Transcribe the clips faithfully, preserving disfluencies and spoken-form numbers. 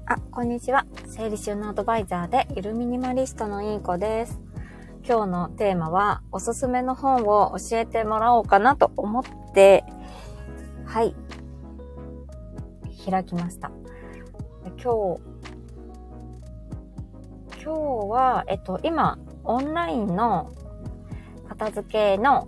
あ、こんにちは。整理収納アドバイザーでゆるミニマリストのいい子です。今日のテーマはおすすめの本を教えてもらおうかなと思って、はい、開きました。今日、今日は、えっと、今、オンラインの片付けの、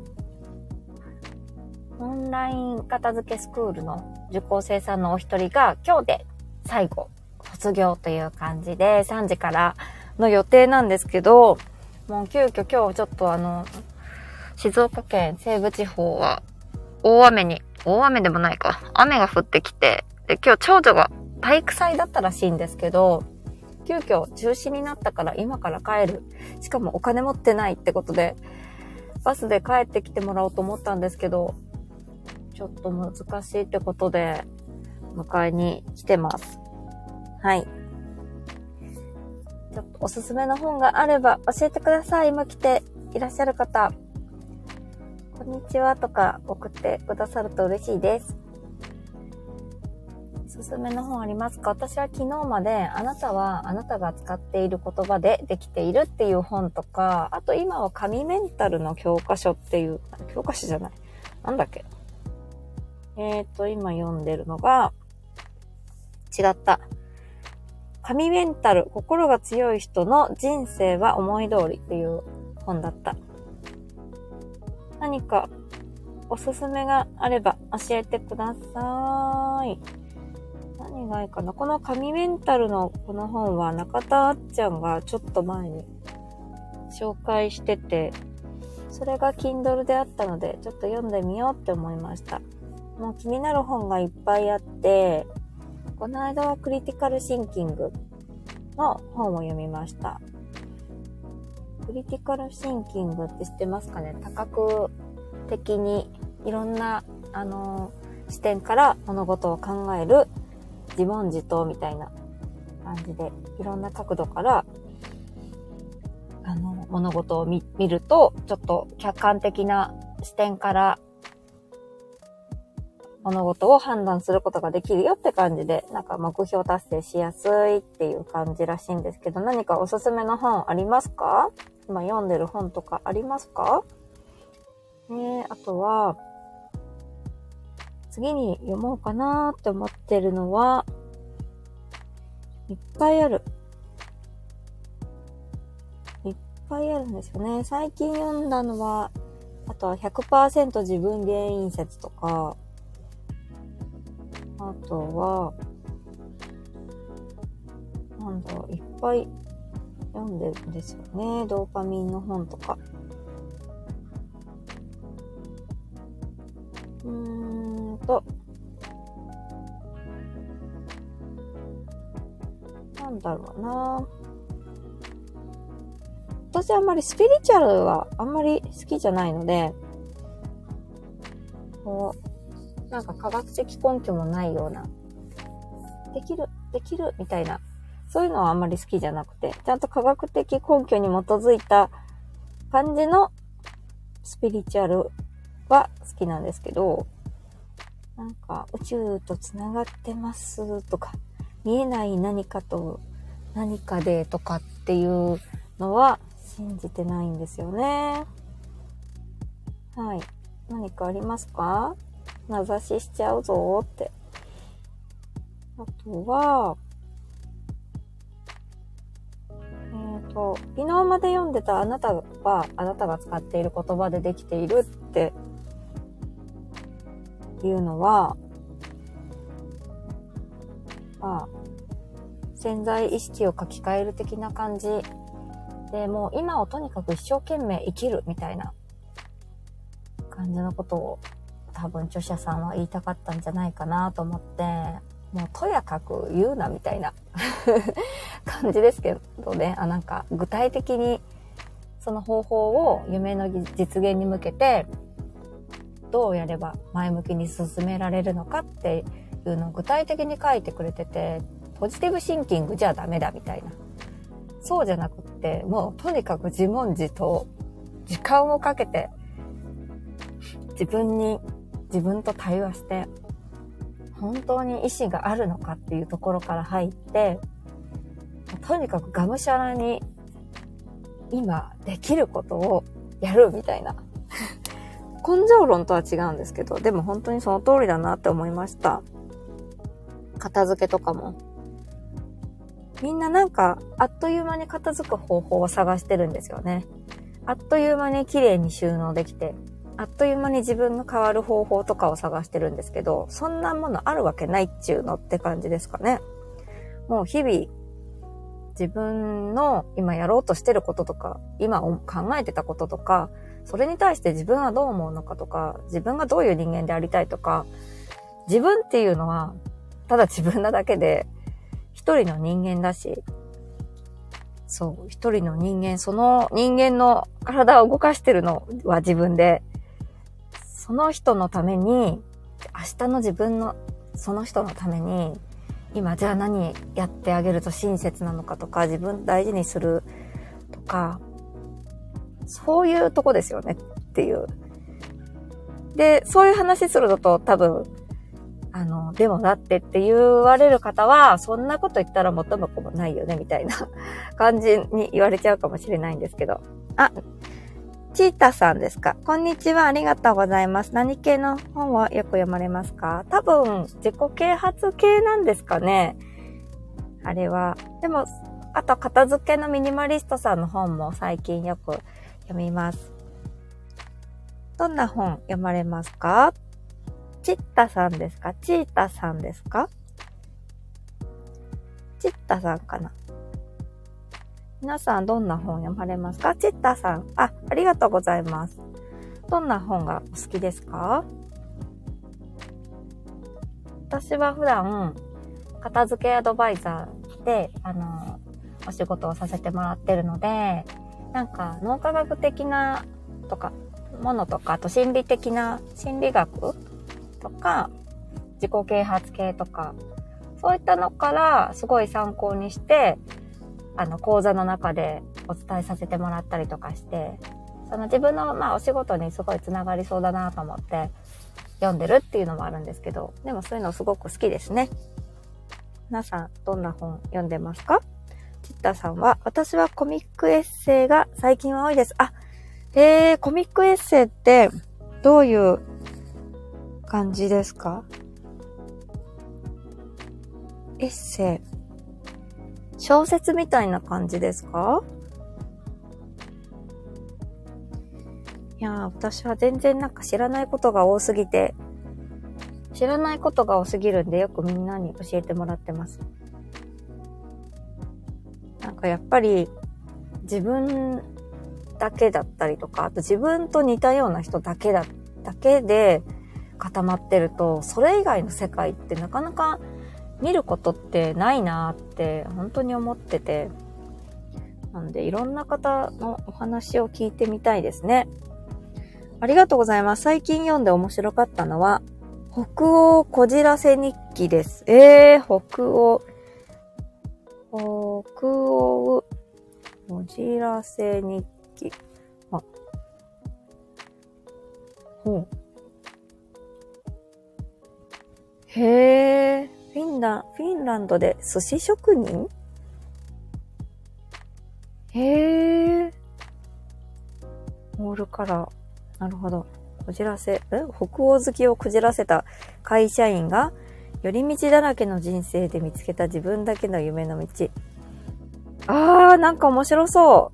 オンライン片付けスクールの受講生さんのお一人が今日で最後、卒業という感じでさんじからの予定なんですけど、もう急遽今日ちょっとあの静岡県西部地方は大雨に大雨でもないか雨が降ってきて、で今日長女が体育祭だったらしいんですけど、急遽中止になったから今から帰る、しかもお金持ってないってことでバスで帰ってきてもらおうと思ったんですけど、ちょっと難しいってことで迎えに来てます。はい。ちょっとおすすめの本があれば教えてください。今来ていらっしゃる方、こんにちはとか送ってくださると嬉しいです。おすすめの本ありますか？私は昨日まであなたはあなたが使っている言葉でできているっていう本とか、あと今は神メンタルの教科書っていう、教科書じゃない。なんだっけ？えーと、今読んでるのが、違った。神メンタル、心が強い人の人生は思い通りっていう本だった。何かおすすめがあれば教えてください。何がいいかな。この神メンタルのこの本は中田あっちゃんがちょっと前に紹介してて、それが Kindle であったのでちょっと読んでみようって思いました。もう気になる本がいっぱいあって、この間はクリティカルシンキングの本を読みました。クリティカルシンキングって知ってますかね？多角的にいろんなあの視点から物事を考える自問自答みたいな感じで、いろんな角度からあの物事を 見, 見るとちょっと客観的な視点から物事を判断することができるよって感じで、なんか目標達成しやすいっていう感じらしいんですけど、何かおすすめの本ありますか？今読んでる本とかありますか？ね、あとは次に読もうかなって思ってるのはいっぱいあるいっぱいあるんですよね。最近読んだのは、あとは ひゃくパーセント 自分原因説とか、あとは、なんだろう、いっぱい読んでるんですよね。ドーパミンの本とか。うーんと、なんだろうな。私あんまりスピリチュアルはあんまり好きじゃないので、こう、なんか科学的根拠もないような、できる、できるみたいな、そういうのはあんまり好きじゃなくて、ちゃんと科学的根拠に基づいた感じのスピリチュアルは好きなんですけど、なんか宇宙とつながってますとか、見えない何かと何かでとかっていうのは信じてないんですよね。はい。何かありますか？名指ししちゃうぞって。あとは、えっと、昨日まで読んでたあなたは、あなたが使っている言葉でできているっていうのは、まあ、潜在意識を書き換える的な感じで、もう今をとにかく一生懸命生きるみたいな感じのことを多分著者さんは言いたかったんじゃないかなと思って、もうとやかく言うなみたいな感じですけどね。あ、なんか具体的にその方法を夢の実現に向けてどうやれば前向きに進められるのかっていうのを具体的に書いてくれてて、ポジティブシンキングじゃダメだみたいな、そうじゃなくって、もうとにかく自問自答、時間をかけて自分に自分と対話して、 本当に意志があるのかっていうところから入って、とにかくがむしゃらに今できることをやるみたいな。根性論とは違うんですけど、でも本当にその通りだなって思いました。片付けとかも。みんななんか、あっという間に片付く方法を探してるんですよね。あっという間に綺麗に収納できて、あっという間に自分の変わる方法とかを探してるんですけど、そんなものあるわけないっちゅうのって感じですかね。もう日々、自分の今やろうとしてることとか、今考えてたこととか、それに対して自分はどう思うのかとか、自分がどういう人間でありたいとか、自分っていうのは、ただ自分なだけで、一人の人間だし、そう、一人の人間、その人間の体を動かしてるのは自分で、その人のために、明日の自分の、その人のために、今じゃあ何やってあげると親切なのかとか、自分大事にするとか、そういうとこですよねっていう。で、そういう話するのと多分、あの、でもだってって言われる方は、そんなこと言ったら元も子もないよねみたいな感じに言われちゃうかもしれないんですけど。あ、チータさんですか。こんにちは。ありがとうございます。何系の本をよく読まれますか？多分、自己啓発系なんですかね。あれは。でも、あと、片付けのミニマリストさんの本も最近よく読みます。どんな本読まれますか？チッタさんですか？チータさんですか？チッタさんかな。皆さんどんな本読まれますか？チッタさん。あ、ありがとうございます。どんな本がお好きですか？私は普段、片付けアドバイザーで、あの、お仕事をさせてもらってるので、なんか脳科学的なとか、ものとか、あと心理的な心理学とか、自己啓発系とか、そういったのからすごい参考にして、あの講座の中でお伝えさせてもらったりとかして、その自分のまあお仕事にすごいつながりそうだなと思って読んでるっていうのもあるんですけど、でもそういうのすごく好きですね。皆さんどんな本読んでますか？チッタさんは、私はコミックエッセイが最近は多いです。あ、えー、コミックエッセイってどういう感じですか？エッセイ。小説みたいな感じですか？いやー、私は全然なんか知らないことが多すぎて、知らないことが多すぎるんでよくみんなに教えてもらってます。なんかやっぱり自分だけだったりとか、あと自分と似たような人だけだ、だけで固まってると、それ以外の世界ってなかなか見ることってないなーって本当に思ってて、なんでいろんな方のお話を聞いてみたいですね。ありがとうございます。最近読んで面白かったのは北欧こじらせ日記です。えー、北欧北欧こじらせ日記。あ、ほう。へー。フィンラン、フィンランドで寿司職人？へー。オールカラー。なるほど。こじらせ、え？北欧好きをこじらせた会社員が、寄り道だらけの人生で見つけた自分だけの夢の道。あー、なんか面白そう。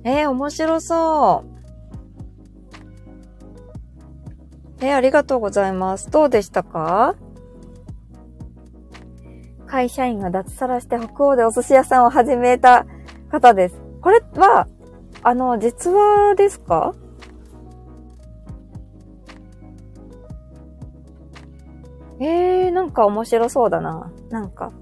えー、面白そう。えー、ありがとうございます。どうでしたか？会社員が脱サラして北欧でお寿司屋さんを始めた方です。これは、あの、実話ですか？えー、なんか面白そうだな。なんか。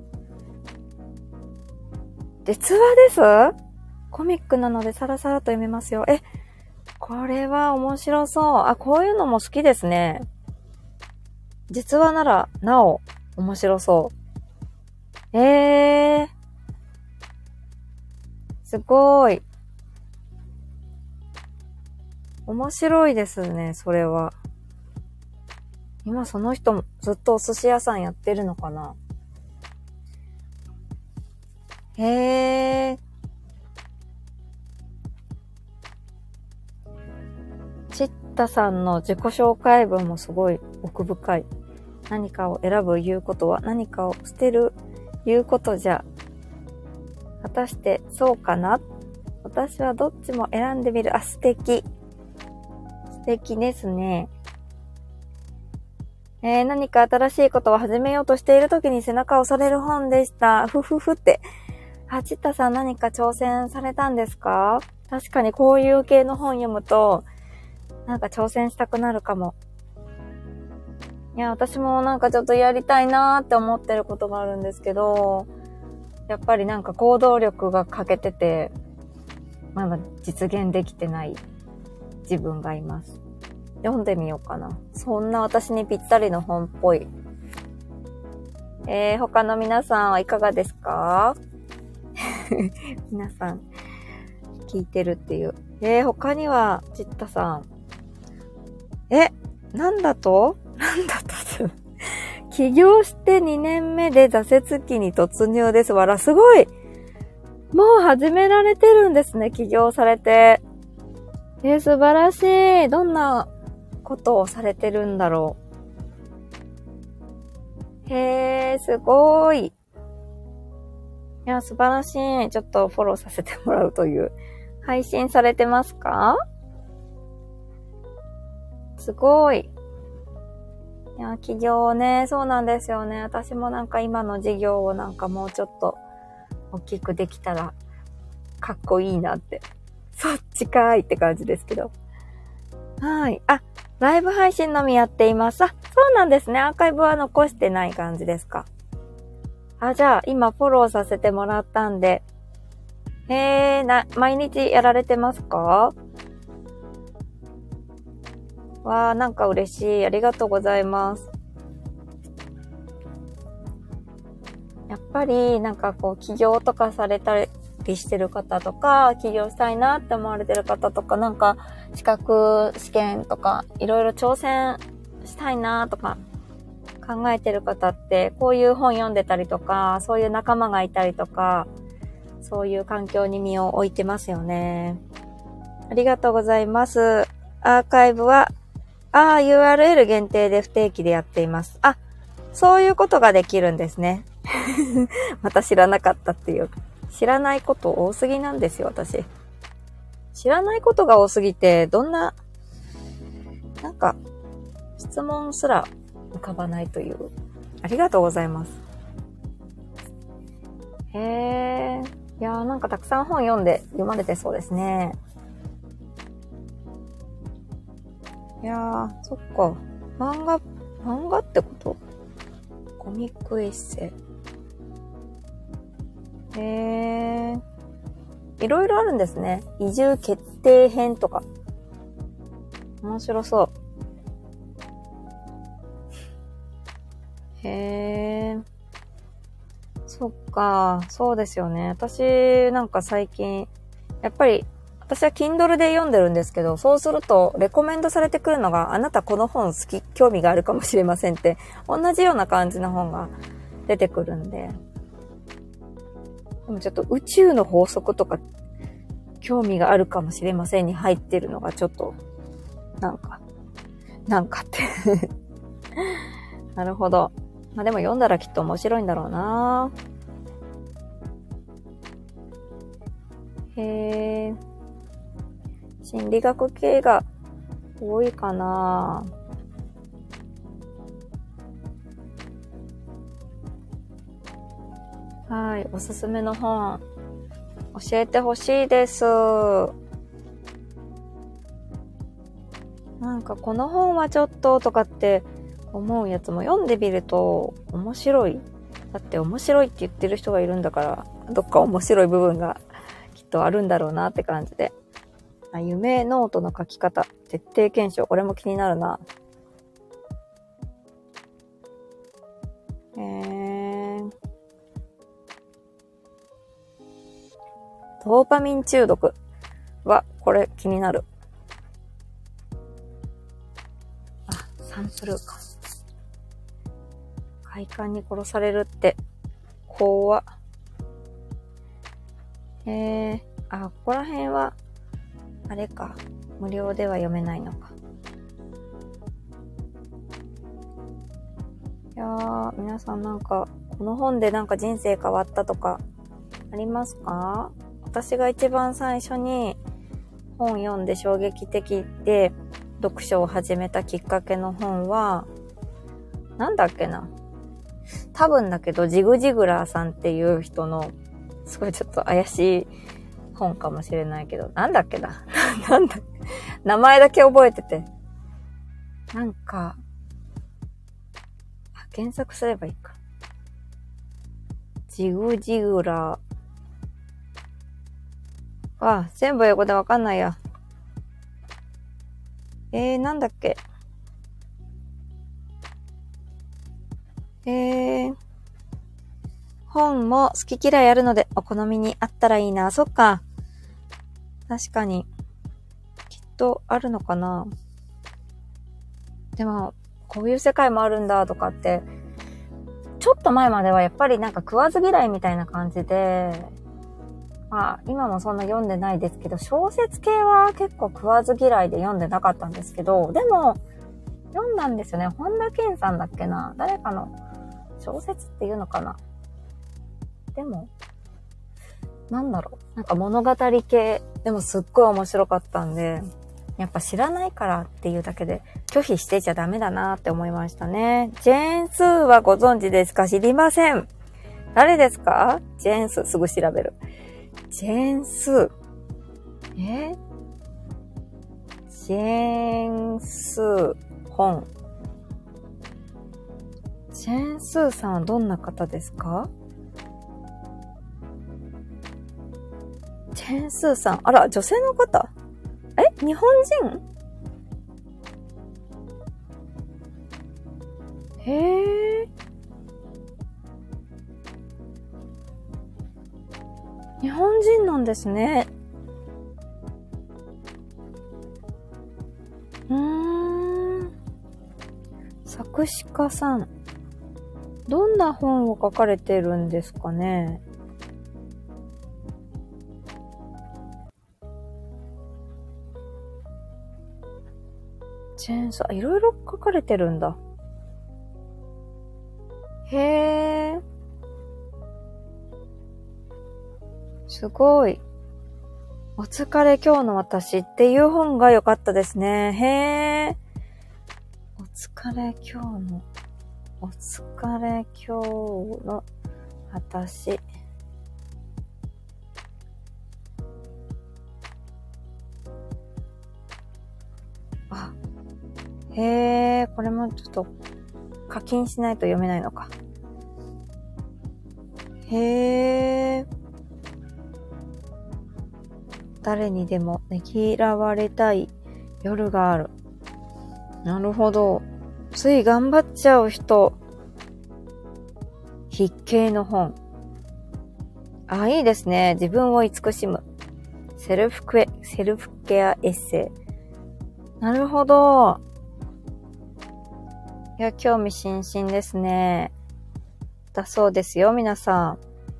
実話です？コミックなのでサラサラと読めますよ。え、これは面白そう。あ、こういうのも好きですね。実話なら、なお、面白そう。えー。すごーい。面白いですね、それは。 今その人もずっとお寿司屋さんやってるのかな。へー。ちったさんの自己紹介文もすごい奥深い。何かを選ぶ言うことは何かを捨てる言うことじゃ。果たしてそうかな？私はどっちも選んでみる。あ、素敵。素敵ですね。えー、何か新しいことを始めようとしているときに背中を押される本でした。ふふふって。あ、ちったさん何か挑戦されたんですか？確かにこういう系の本読むと、なんか挑戦したくなるかも。いや、私もなんかちょっとやりたいなーって思ってることがあるんですけど、やっぱりなんか行動力が欠けてて、まだ実現できてない自分がいます。読んでみようかな。そんな私にぴったりの本っぽい。えー、他の皆さんはいかがですか？皆さん聞いてるっていう。えー、他にはちったさん。え、なんだとなんだと起業してにねんめで挫折期に突入です。わら、すごい。もう始められてるんですね、起業されて。えー、素晴らしい。どんなことをされてるんだろう。へー、すごい。いや、素晴らしい。ちょっとフォローさせてもらうという。配信されてますか？すごい。いや、起業ね、そうなんですよね。私もなんか今の事業をなんかもうちょっと大きくできたらかっこいいなって。そっちかーいって感じですけど。はい。あ、ライブ配信のみやっています。あ、そうなんですね。アーカイブは残してない感じですか。あ、じゃあ今フォローさせてもらったんで。へー、な、毎日やられてますか？わー、なんか嬉しい。ありがとうございます。やっぱり、なんかこう、起業とかされたりしてる方とか、起業したいなって思われてる方とか、なんか、資格、試験とか、いろいろ挑戦したいなとか、考えてる方って、こういう本読んでたりとか、そういう仲間がいたりとか、そういう環境に身を置いてますよね。ありがとうございます。アーカイブは、あー、ユーアールエル 限定で不定期でやっています。あ、そういうことができるんですね。また知らなかったっていう。知らないこと多すぎなんですよ、私。知らないことが多すぎて、どんな、なんか、質問すら浮かばないという。ありがとうございます。へー。いやー、なんかたくさん本読んで読まれてそうですね。いやー、そっか。漫画、漫画ってこと？コミックエッセイ。へー。いろいろあるんですね。移住決定編とか。面白そう。へー。そっか。そうですよね。私なんか最近、やっぱり私は Kindle で読んでるんですけど、そうするとレコメンドされてくるのが、あなたこの本好き、興味があるかもしれませんって、同じような感じの本が出てくるんで。でもちょっと宇宙の法則とか興味があるかもしれませんに入ってるのがちょっと、なんか、なんかって。なるほど。まあでも読んだらきっと面白いんだろうな。へー。心理学系が多いかな。はい、おすすめの本教えてほしいです。なんかこの本はちょっととかって思うやつも読んでみると面白い。だって面白いって言ってる人がいるんだから、どっか面白い部分がきっとあるんだろうなって感じで。あ、夢ノートの書き方、徹底検証。これも気になるな。へー。ドーパミン中毒は、これ気になる。あ、サンプルか。 快感に殺されるって、怖っ。えー、あ、ここら辺は、あれか、無料では読めないのか。いやー、皆さんなんか、この本でなんか人生変わったとか、ありますか？私が一番最初に本読んで衝撃的で読書を始めたきっかけの本は、なんだっけな。多分だけど、ジグジグラーさんっていう人の、すごいちょっと怪しい本かもしれないけど、なんだっけな。なんだっけ。名前だけ覚えてて。なんか、あ、検索すればいいか。ジグジグラー。あ、全部英語でわかんないや。えー、なんだっけ。えー、本も好き嫌いあるのでお好みにあったらいいな。そっか。確かに。きっとあるのかな。でも、こういう世界もあるんだとかって、ちょっと前まではやっぱりなんか食わず嫌いみたいな感じで、まあ、今もそんな読んでないですけど、小説系は結構食わず嫌いで読んでなかったんですけど、でも、読んだんですよね。本田健さんだっけな。誰かの小説っていうのかな。でも、なんだろう。なんか物語系、でもすっごい面白かったんで、やっぱ知らないからっていうだけで拒否してちゃダメだなって思いましたね。ジェーン・スーはご存知ですか？知りません。誰ですか？ジェーン・スー、すぐ調べる。ジェーンスー。えジェーンスー本。ジェーンスーさんはどんな方ですか？ジェーンスーさん。あら、女性の方？え日本人？へー。日本人なんですね。うーん。作詞家さん。どんな本を書かれてるんですかね。ジェーンさん、いろいろ書かれてるんだ。へー。すごい。お疲れ今日の私っていう本が良かったですね。へー。お疲れ今日の、お疲れ今日の私。あ、へー。これもちょっと課金しないと読めないのか。へー。誰にでもねぎらわれたい夜がある。なるほど。つい頑張っちゃう人。筆形の本。あ、いいですね。自分を慈しむ。セルフクエ、セルフケアエッセイ。なるほど。いや、興味津々ですね。だそうですよ、皆さん。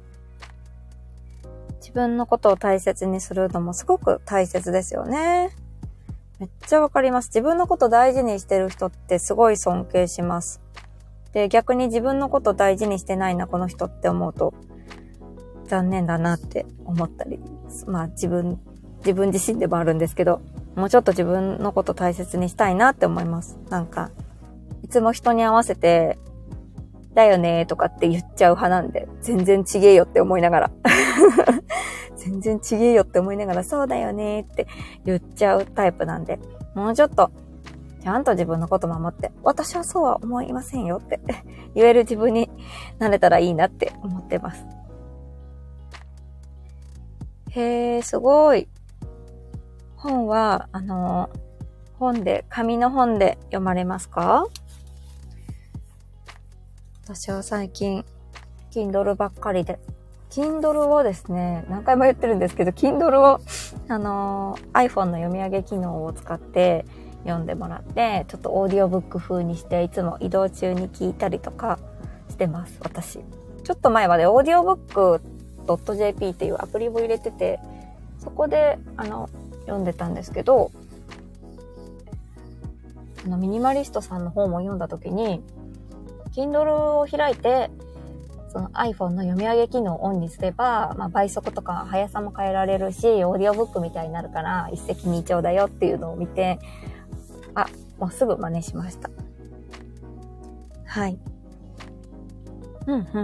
自分のことを大切にするのもすごく大切ですよね。めっちゃわかります。自分のこと大事にしてる人ってすごい尊敬します。で、逆に自分のこと大事にしてないな、この人って思うと、残念だなって思ったり、まあ自分、自分自身でもあるんですけど、もうちょっと自分のこと大切にしたいなって思います。なんか、いつも人に合わせて、だよねーとかって言っちゃう派なんで、全然ちげえよって思いながら。全然ちげえよって思いながら、そうだよねーって言っちゃうタイプなんで、もうちょっと、ちゃんと自分のこと守って、私はそうは思いませんよって言える自分になれたらいいなって思ってます。へー、すごい。本は、あの、本で、紙の本で読まれますか？私は最近、Kindle ばっかりで。Kindle をですね、何回も言ってるんですけど、Kindle を、あのー、iPhone の読み上げ機能を使って読んでもらって、ちょっとオーディオブック風にして、いつも移動中に聞いたりとかてます、私。ちょっと前までオーディオブック .jp っていうアプリを入れてて、そこで、あの、読んでたんですけど、あの、ミニマリストさんの本を読んだときに、Kindle を開いて、その iPhone の読み上げ機能をオンにすれば、まあ、倍速とか速さも変えられるし、オーディオブックみたいになるから、一石二鳥だよっていうのを見て、あ、もうすぐ真似しました。はい。うんうん。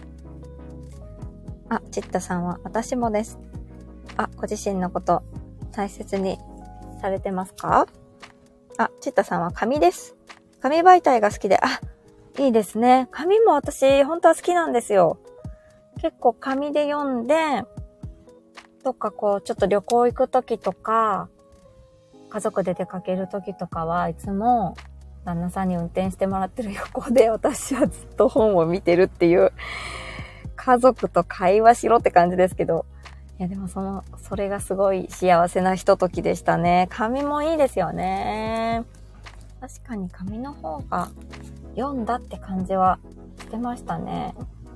あ、ちったさんは、私もです。あ、ご自身のこと大切にされてますか？あ、ちったさんは紙です。紙媒体が好きで、あ、いいですね。紙も私、本当は好きなんですよ。結構紙で読んで、どっかこう、ちょっと旅行行くときとか、家族で出かけるときとかはいつも、旦那さんに運転してもらってる横で私はずっと本を見てるっていう、家族と会話しろって感じですけど、いやでもその、それがすごい幸せなひとときでしたね。紙もいいですよね。確かに紙の方が読んだって感じはしてましたね。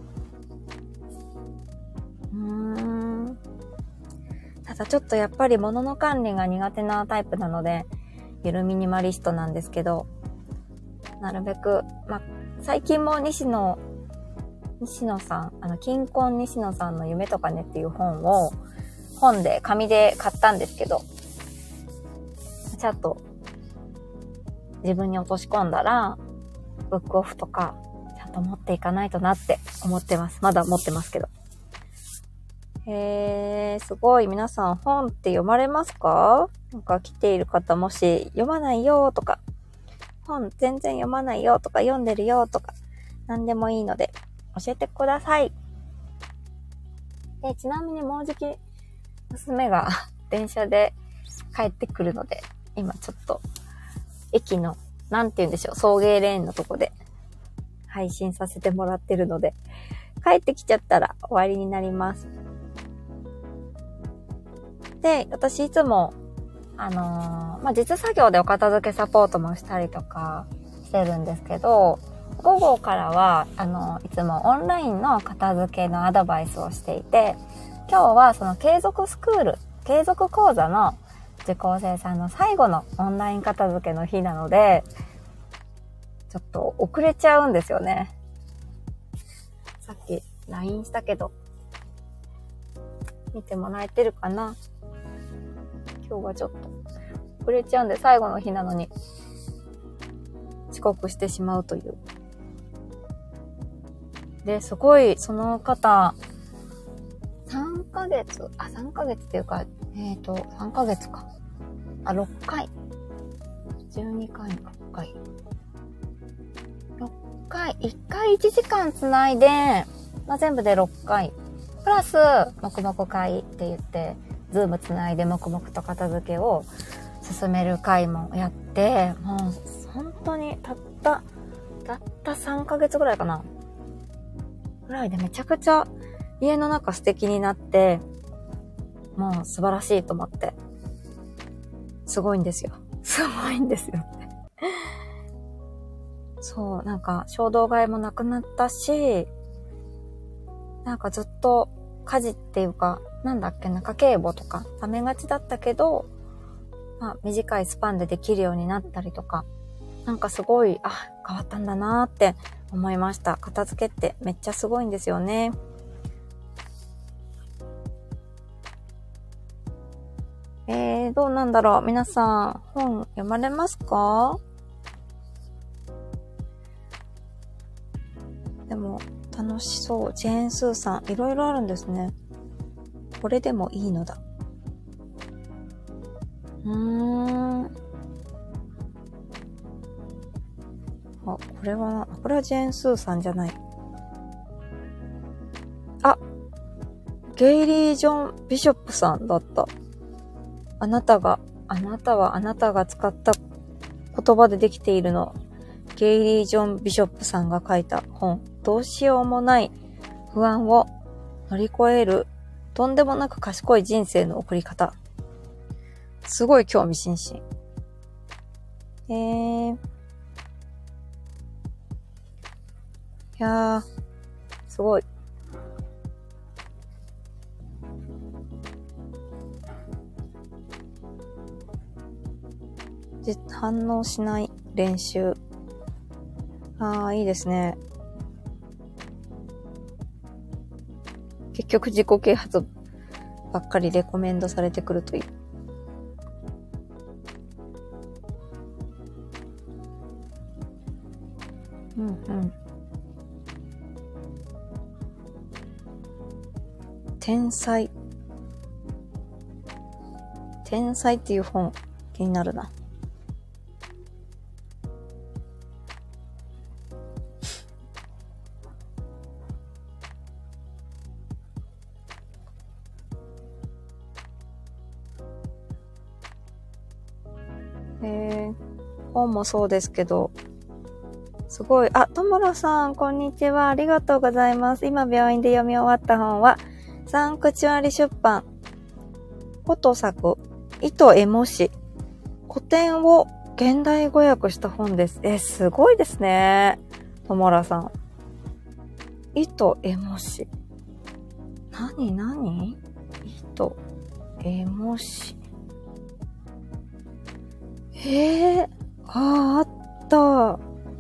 うーん。ただちょっとやっぱり物の管理が苦手なタイプなので、ゆるミニマリストなんですけど、なるべく、まあ、最近も西野、西野さん、あの、金婚西野さんの夢とかねっていう本を、本で、紙で買ったんですけど、ちゃんと自分に落とし込んだら、ブックオフとか、ちゃんと持っていかないとなって思ってます。まだ持ってますけど。へー、すごい。皆さん本って読まれますか？なんか来ている方もし読まないよとか、本全然読まないよとか、読んでるよとか、何でもいいので教えてください。で、ちなみにもうじき娘が電車で帰ってくるので、今ちょっと駅の、なんて言うんでしょう、送迎レーンのとこで配信させてもらってるので、帰ってきちゃったら終わりになります。で、私いつも、あのー、まあ、実作業でお片付けサポートもしたりとかしてるんですけど、午後からは、あのー、いつもオンラインの片付けのアドバイスをしていて、今日はその継続スクール、継続講座の受講生さんの最後のオンライン片付けの日なので、ちょっと遅れちゃうんですよね。さっき ライン したけど、見てもらえてるかな？今日はちょっと遅れちゃうんで、最後の日なのに遅刻してしまうという。で、すごいその方、さんかげつ、あ、さんかげつっていうか、えっと、さんかげつか。あ、ろっかい。じゅうにかい、ろっかい。ろっかい、いっかいいちじかんつないで、まあ、全部でろっかい。プラス、黙々会って言って、ズームつないで黙々と片付けを進める会もやって、もう本当にたった、たったさんかげつぐらいかな。ぐらいでめちゃくちゃ家の中素敵になって、もう素晴らしいと思って。すごいんですよ。すごいんですよって。そう、なんか衝動買いもなくなったし、なんかずっと家事っていうか、なんだっけな、家計簿とかためがちだったけど、まあ短いスパンでできるようになったりとか、なんかすごい、あ、変わったんだなーって思いました。片付けってめっちゃすごいんですよね。えー、どうなんだろう。皆さん、本読まれますか？でも、楽しそう。ジェーン・スーさん、いろいろあるんですね。これでもいいのだ。うーん。あ、これは、これはジェーン・スーさんじゃない。あ、ゲイリー・ジョン・ビショップさんだった。あなたが、あなたはあなたが使った言葉でできているの。ゲイリー・ジョン・ビショップさんが書いた本。どうしようもない不安を乗り越えるとんでもなく賢い人生の送り方。すごい興味津々。えー。いやー、すごい。反応しない練習。ああ、いいですね。結局自己啓発ばっかりレコメンドされてくるという。うんうん。天才。天才っていう本気になるな。えー、本もそうですけど、すごい。あ、ともろさん、こんにちは。ありがとうございます。今、病院で読み終わった本は、サンクチュアリ出版、フォト作、糸エモ詩、古典を現代語訳した本です。え、すごいですね。ともろさん。糸エモ詩。なになに？糸エモ詩。えー、あー、あった。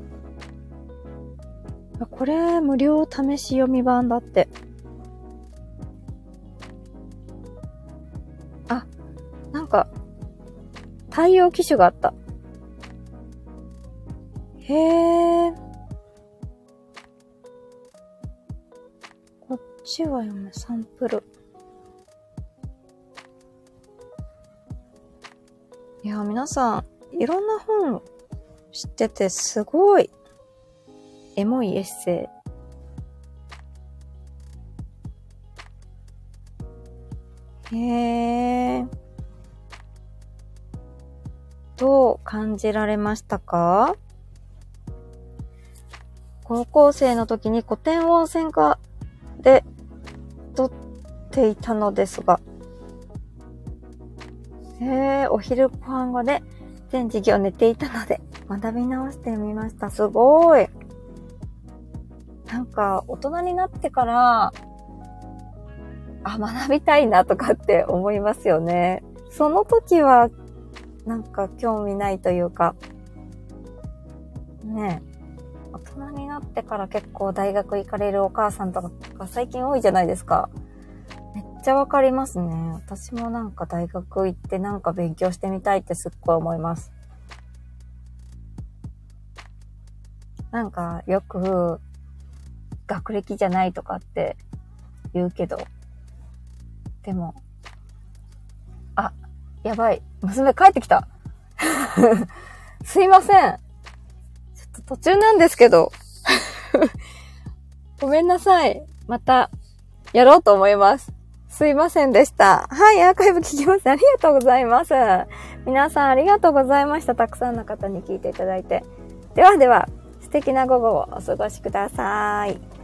これ、無料試し読み版だって。あ、なんか、対応機種があった。へー。こっちは読め、サンプル。いや、皆さん、いろんな本知っててすごい。エモいエッセイ。へー。どう感じられましたか？高校生の時に古典温泉科で撮っていたのですが、へー、お昼ご飯後で全授業寝ていたので学び直してみました。すごい。なんか大人になってからあ学びたいなとかって思いますよね。その時はなんか興味ないというかねえ、大人になってから結構大学行かれるお母さんとか最近多いじゃないですか。めっちゃわかりますね。私もなんか大学行ってなんか勉強してみたいってすっごい思います。なんかよく学歴じゃないとかって言うけど、でも、あ、やばい。娘帰ってきた。すいません。ちょっと途中なんですけど。ごめんなさい。また、やろうと思います。すいませんでした。はい、アーカイブ聞きます。ありがとうございます。皆さんありがとうございました。たくさんの方に聞いていただいて。ではでは、素敵な午後をお過ごしください。